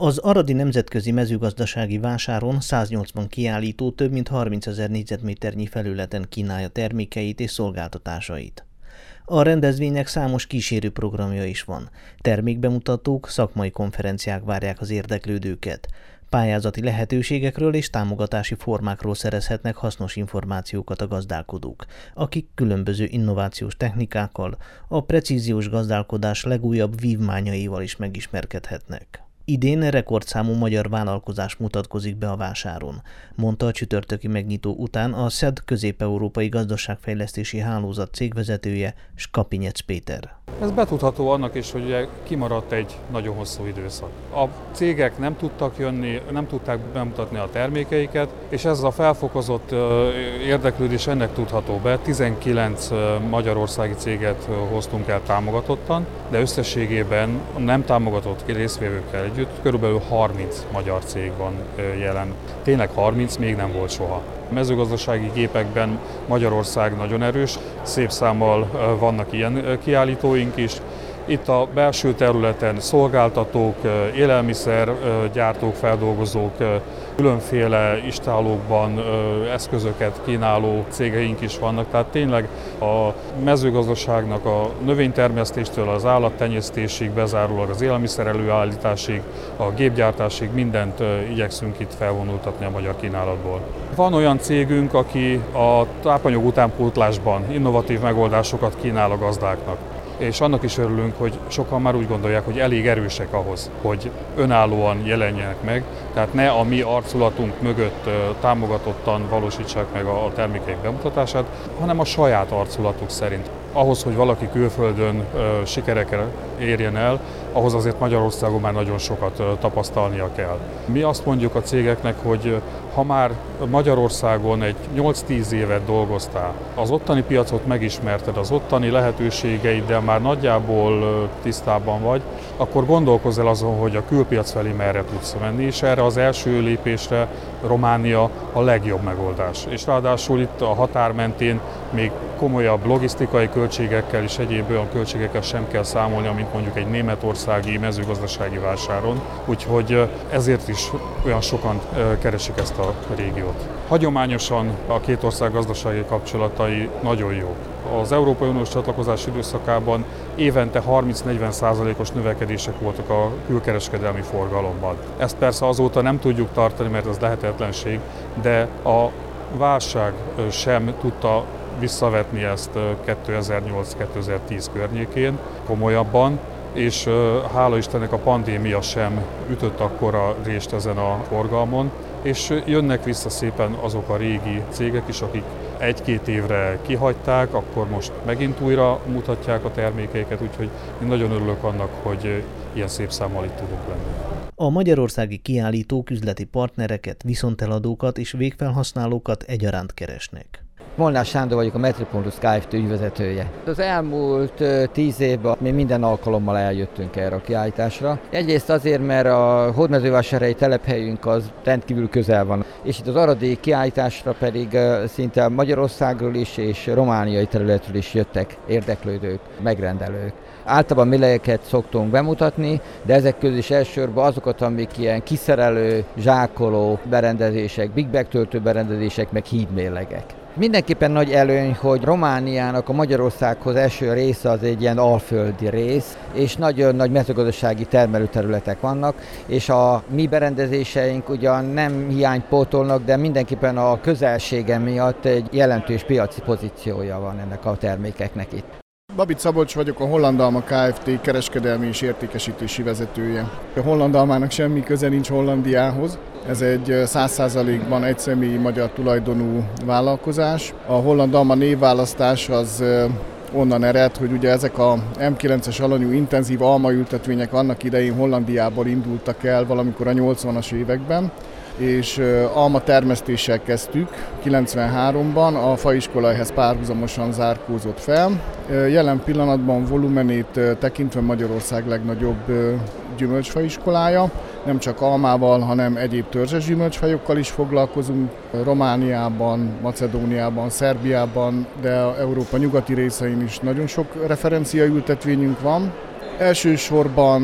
Az Aradi Nemzetközi Mezőgazdasági Vásáron 180 kiállító több mint 30 000 négyzetméternyi felületen kínálja termékeit és szolgáltatásait. A rendezvénynek számos kísérő programja is van. Termékbemutatók, szakmai konferenciák várják az érdeklődőket. Pályázati lehetőségekről és támogatási formákról szerezhetnek hasznos információkat a gazdálkodók, akik különböző innovációs technikákkal, a precíziós gazdálkodás legújabb vívmányaival is megismerkedhetnek. Idén rekordszámú magyar vállalkozás mutatkozik be a vásáron, mondta a csütörtöki megnyitó után a SZED Közép-Európai Gazdaságfejlesztési Hálózat cégvezetője, Skapinyec Péter. Ez betudható annak is, hogy ugye kimaradt egy nagyon hosszú időszak. A cégek nem tudtak jönni, nem tudták bemutatni a termékeiket, és ez a felfokozott érdeklődés ennek tudható be. 19 magyarországi céget hoztunk el támogatottan, de összességében nem támogatott résztvevőkkel együtt körülbelül 30 magyar cég van jelen. Tényleg 30 még nem volt soha. A mezőgazdasági gépekben Magyarország nagyon erős, szép számmal vannak ilyen kiállítóink is. Itt a belső területen szolgáltatók, élelmiszergyártók, feldolgozók, különféle istállókban eszközöket kínáló cégeink is vannak. Tehát tényleg a mezőgazdaságnak a növénytermesztéstől az állattenyésztésig, bezárólag az élelmiszer előállításig, a gépgyártásig mindent igyekszünk itt felvonultatni a magyar kínálatból. Van olyan cégünk, aki a tápanyag utánpótlásban innovatív megoldásokat kínál a gazdáknak. És annak is örülünk, hogy sokan már úgy gondolják, hogy elég erősek ahhoz, hogy önállóan jelenjenek meg, tehát ne a mi arculatunk mögött támogatottan valósítsák meg a termékeik bemutatását, hanem a saját arculatuk szerint. Ahhoz, hogy valaki külföldön sikerekre érjen el, ahhoz azért Magyarországon már nagyon sokat tapasztalnia kell. Mi azt mondjuk a cégeknek, hogy ha már Magyarországon egy 8-10 évet dolgoztál, az ottani piacot megismerted, az ottani lehetőségeiddel már nagyjából tisztában vagy, akkor gondolkozz el azon, hogy a külpiac felé merre tudsz menni, és erre az első lépésre Románia a legjobb megoldás. És ráadásul itt a határ mentén még komolyabb logisztikai költségekkel és egyéb olyan költségekkel sem kell számolni, mint mondjuk egy németországi mezőgazdasági vásáron, úgyhogy ezért is olyan sokan keresik ezt a régiót. Hagyományosan a két ország gazdasági kapcsolatai nagyon jók. Az Európai Uniós csatlakozás időszakában évente 30-40%-os növekedések voltak a külkereskedelmi forgalomban. Ezt persze azóta nem tudjuk tartani, mert ez lehetetlenség, de a válság sem tudta visszavetni ezt 2008-2010 környékén komolyabban, és hála Istennek a pandémia sem ütött akkora rést ezen a forgalmon, és jönnek vissza szépen azok a régi cégek is, akik 1-2 évre kihagyták, akkor most megint újra mutatják a termékeiket, úgyhogy én nagyon örülök annak, hogy ilyen szép számmal itt tudunk lenni. A magyarországi kiállítók üzleti partnereket, viszonteladókat és végfelhasználókat egyaránt keresnek. Molnár Sándor vagyok, a Metropolis Kft. Ügyvezetője. Az elmúlt 10 évben mi minden alkalommal eljöttünk erre a kiállításra. Egyrészt azért, mert a hódmezővásárhelyi telephelyünk az rendkívül közel van, és itt az aradi kiállításra pedig szinte Magyarországról is és romániai területről is jöttek érdeklődők, megrendelők. Általában milleket szoktunk bemutatni, de ezek közül is elsősorban azokat, amik ilyen kiszerelő, zsákoló berendezések, big bag töltő berendezések, meg hídmérlegek. Mindenképpen nagy előny, hogy Romániának a Magyarországhoz eső része az egy ilyen alföldi rész, és nagyon nagy mezőgazdasági termelőterületek vannak, és a mi berendezéseink ugyan nem hiánypótolnak, de mindenképpen a közelsége miatt egy jelentős piaci pozíciója van ennek a termékeknek itt. Babit Szabolcs vagyok, a Holland Alma Kft. Kereskedelmi és értékesítési vezetője. A Holland Almának semmi köze nincs Hollandiához. Ez egy 100%-ban egyszemélyi magyar tulajdonú vállalkozás. A Holland Alma névválasztás az onnan ered, hogy ugye ezek a M9-es alanyú intenzív almaültetvények annak idején Hollandiából indultak el valamikor a 80-as években, és alma termesztéssel kezdtük 93-ban, a faiskola ehhez párhuzamosan zárkózott fel. Jelen pillanatban volumenét tekintve Magyarország legnagyobb gyümölcsfaiskolája. Nem csak almával, hanem egyéb törzses gyümölcsfajokkal is foglalkozunk. Romániában, Macedóniában, Szerbiában, de Európa nyugati részein is nagyon sok referenciaültetvényünk van. Elsősorban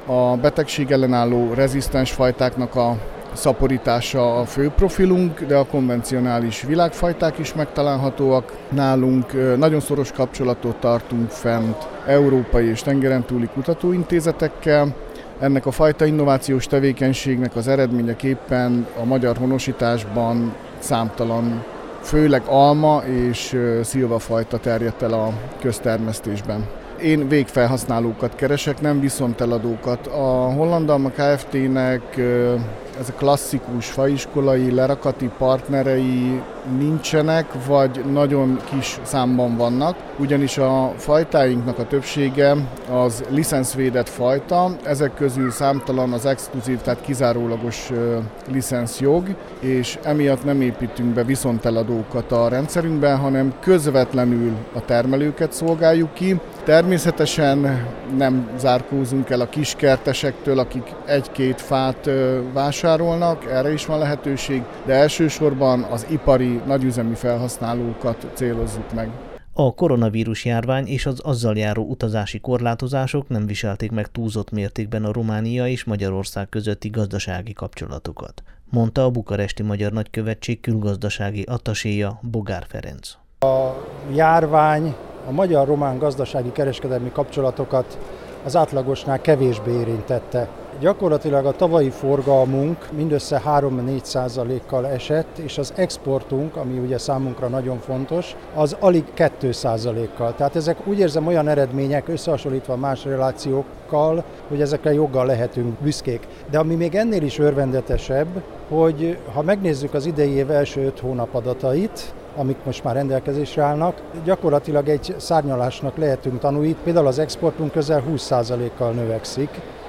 A betegség ellenálló rezisztens fajtáknak a szaporítása a fő profilunk, de a konvencionális világfajták is megtalálhatóak nálunk. Nagyon szoros kapcsolatot tartunk fent európai és tengeren túli kutatóintézetekkel. Ennek a fajta innovációs tevékenységnek az eredményeképpen a magyar honosításban számtalan, főleg alma és szilvafajta terjedt el a köztermesztésben. Én végfelhasználókat keresek, nem viszonteladókat. A Holland Alma Kft-nek ezek klasszikus faiskolai, lerakati partnerei nincsenek, vagy nagyon kis számban vannak, ugyanis a fajtáinknak a többsége az licenszvédett fajta, ezek közül számtalan az exkluzív, tehát kizárólagos licenszjog, és emiatt nem építünk be viszonteladókat a rendszerünkben, hanem közvetlenül a termelőket szolgáljuk ki. Természetesen nem zárkózunk el a kiskertesektől, akik egy-két fát vásárolnak, erre is van lehetőség, de elsősorban az ipari, nagyüzemi felhasználókat célozzuk meg. A koronavírus járvány és az azzal járó utazási korlátozások nem viselték meg túlzott mértékben a Románia és Magyarország közötti gazdasági kapcsolatokat, mondta a bukaresti Magyar Nagykövetség külgazdasági attaséja, Bogár Ferenc. A járvány a magyar-román gazdasági kereskedelmi kapcsolatokat az átlagosnál kevésbé érintette. Gyakorlatilag a tavalyi forgalmunk mindössze 3-4%-kal esett, és az exportunk, ami ugye számunkra nagyon fontos, az alig 2%-kal. Tehát ezek úgy érzem olyan eredmények összehasonlítva más relációkkal, hogy ezekre joggal lehetünk büszkék. De ami még ennél is örvendetesebb, hogy ha megnézzük az idei év első 5 hónap adatait, amik most már rendelkezésre állnak, gyakorlatilag egy szárnyalásnak lehetünk tanúi. Például az exportunk közel 20%-kal növekszik,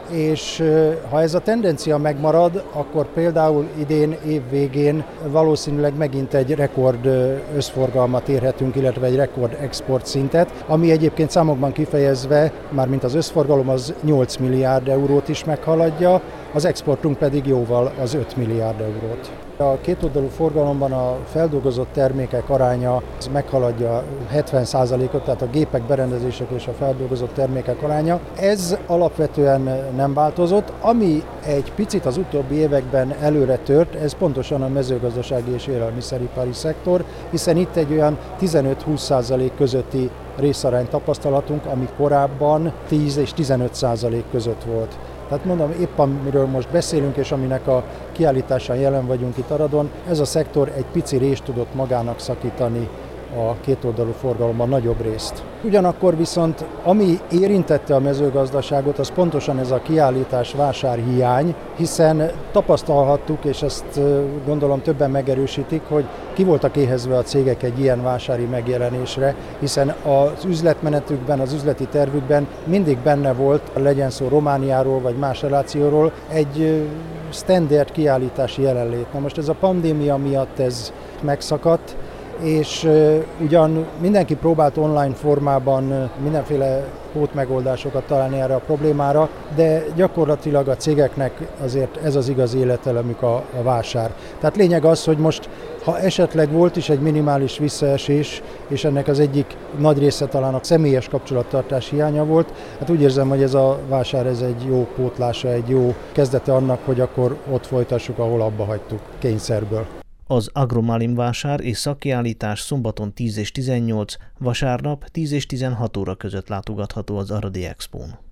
és ha ez a tendencia megmarad, akkor például idén év végén valószínűleg megint egy rekord összforgalmat érhetünk, illetve egy rekord export szintet, ami egyébként számokban kifejezve, mármint az összforgalom az 8 milliárd eurót is meghaladja, az exportunk pedig jóval az 5 milliárd eurót. A kétoldalú forgalomban a feldolgozott termékek aránya meghaladja 70%-ot, tehát a gépek, berendezések és a feldolgozott termékek aránya. Ez alapvetően nem változott. Ami egy picit az utóbbi években előre tört, ez pontosan a mezőgazdasági és élelmiszeripari szektor, hiszen itt egy olyan 15-20% közötti részarányt tapasztalatunk, ami korábban 10 és 15% között volt. Tehát mondom, épp amiről most beszélünk, és aminek a kiállításán jelen vagyunk itt Aradon, ez a szektor egy pici részt tudott magának szakítani a kétoldalú forgalomban, nagyobb részt. Ugyanakkor viszont, ami érintette a mezőgazdaságot, az pontosan ez a kiállítás vásárhiány, hiszen tapasztalhattuk, és ezt gondolom többen megerősítik, hogy ki voltak éhezve a cégek egy ilyen vásári megjelenésre, hiszen az üzletmenetükben, az üzleti tervükben mindig benne volt, legyen szó Romániáról vagy más relációról, egy standard kiállítási jelenlét. Na most ez a pandémia miatt ez megszakadt, és ugyan mindenki próbált online formában mindenféle pótmegoldásokat találni erre a problémára, de gyakorlatilag a cégeknek azért ez az igazi életelemük a vásár. Tehát lényeg az, hogy most, ha esetleg volt is egy minimális visszaesés, és ennek az egyik nagy része talán a személyes kapcsolattartás hiánya volt, hát úgy érzem, hogy ez a vásár ez egy jó pótlása, egy jó kezdete annak, hogy akkor ott folytassuk, ahol abba hagytuk kényszerből. Az Agromalim vásár és szakkiállítás szombaton 10 és 18, vasárnap 10 és 16 óra között látogatható az Aradi Expón.